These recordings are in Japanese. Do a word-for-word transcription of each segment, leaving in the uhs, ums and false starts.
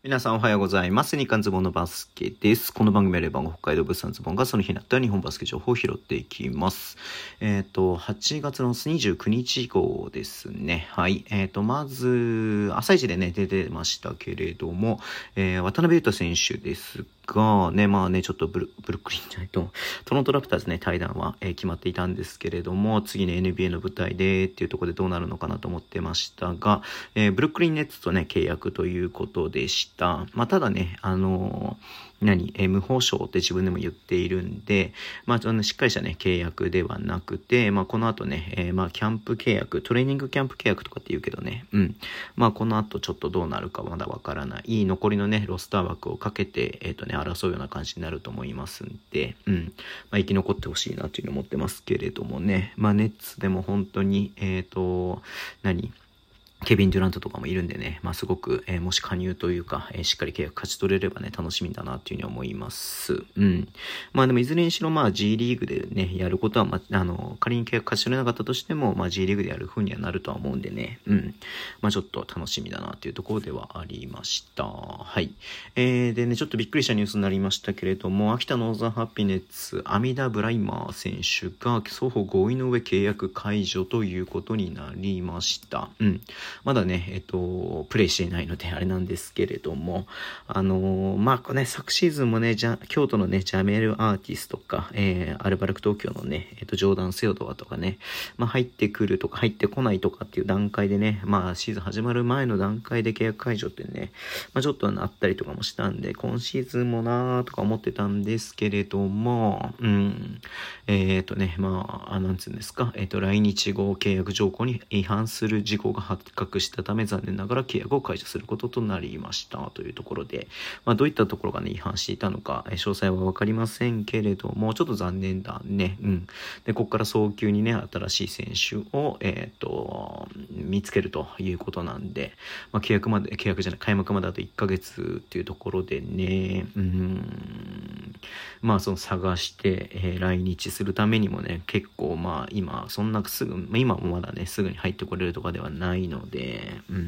皆さんおはようございます。日刊ズボンのバスケです。この番組はレバンが北海道物産ズボンがその日になった日本バスケ情報を拾っていきます。えっ、ー、と、はちがつのにじゅうくにち号ですね。はい。えっ、ー、と、まず、朝一でね、出てましたけれども、えー、渡辺裕太選手ですが、ね、まあね、ちょっとブルブルックリンじゃないと、トロントラプターズね、対談は、えー、決まっていたんですけれども、次ね、エヌビーエー の舞台でっていうところでどうなるのかなと思ってましたが、えー、ブルックリンネッツとね、契約ということでした。まあ、ただね、あのー、何、えー、無報酬って自分でも言っているんで、まあ、あのしっかりしたね、契約ではなくて、まあ、この後ね、えー、まあ、キャンプ契約、トレーニングキャンプ契約とかって言うけどね、うん。まあ、この後ちょっとどうなるかまだわからない。残りのね、ロスター枠をかけて、えっとね、争うような感じになると思いますんで、うん。まあ、生き残ってほしいなというのを思ってますけれどもね、まあ、ネッツでも本当に、えっと、何ケビン・デュラントとかもいるんでね、まあすごく、えー、もし加入というか、えー、しっかり契約勝ち取れればね、楽しみだなっていうふうに思います。うん。まあでもいずれにしろまあ G リーグでね、やることは、まあ、あの、仮に契約勝ち取れなかったとしても、まあ G リーグでやる風にはなるとは思うんでね、うん。まあちょっと楽しみだなっていうところではありました。はい。えー、でね、ちょっとびっくりしたニュースになりましたけれども、秋田ノーザンハピネッツ、アミダ・ブライマー選手が双方合意の上契約解除ということになりました。うん。まだね、えっと、プレイしていないのであれなんですけれども、あのー、まあ、ね、昨シーズンもね、じゃ、京都のね、ジャメル・アーティスとか、えー、アルバルク東京のね、えっと、ジョーダン・セオドアとかね、まあ、入ってくるとか入ってこないとかっていう段階でね、まあ、シーズン始まる前の段階で契約解除ってね、まあ、ちょっとあったりとかもしたんで、今シーズンもなーとか思ってたんですけれども、うん、えっとね、まあ、なんつうんですか、えっと、来日後契約条項に違反する事項が発覚したため、残念ながら契約を解除することとなりましたというところで、まあ、どういったところがね、違反していたのか、詳細はわかりませんけれども、ちょっと残念だね。うん。で、ここから早急にね、新しい選手を、えっと、見つけるということなんで、まあ、契約まで、契約じゃない、開幕まであといっかげつっていうところでね、うん、まあ、その探して、えー、来日するためにもね、結構まあ、今、そんなすぐ、今もまだね、すぐに入ってこれるとかではないので、うん、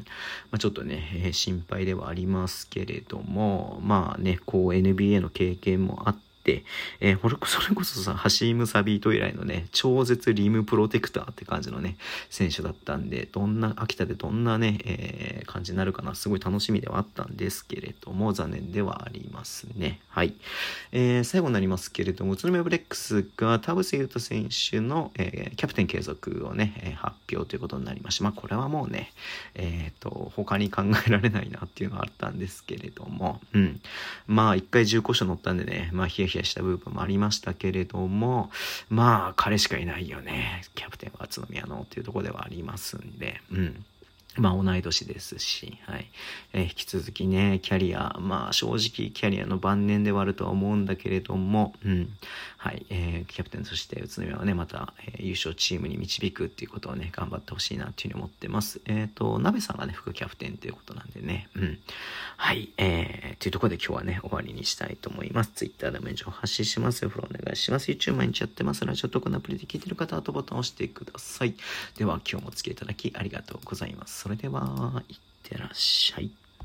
まあ、ちょっとね、えー、心配ではありますけれども、まあね、こう エヌビーエー の経験もあって、で、えー、それこそさ、ハシーム・サビート以来のね、超絶リムプロテクターって感じのね、選手だったんで、どんな、秋田でどんなね、えー、感じになるかな、すごい楽しみではあったんですけれども、残念ではありますね。はい。えー、最後になりますけれども、宇都宮ブレックスが田臥勇太選手の、えー、キャプテン継続をね、えー、発表ということになりました。まあ、これはもうね、えっと、他に考えられないなっていうのはあったんですけれども、うん。まあ、一回重故障乗ったんでね、まあ、ヒヤヒヤした部分もありましたけれども、まあ、彼しかいないよね。キャプテンは宇都宮のっていうところではありますんで、うん。まあ同い年ですし、はい。えー、引き続きね、キャリア、まあ正直キャリアの晩年ではあるとは思うんだけれども、うん。はい。えー、キャプテンとして宇都宮はね、また、えー、優勝チームに導くっていうことをね、頑張ってほしいなっていうふうに思ってます。えっと、鍋さんがね、副キャプテンということなんでね、うん。はい。えー、というところで今日はね、終わりにしたいと思います。Twitter でも情報発信しますよ。フォローお願いします。YouTube 毎日やってます。ラジオトークのアプリで聞いてる方は、ボタンを押してください。では、今日もお付き合いいただきありがとうございます。それでは、いってらっしゃい。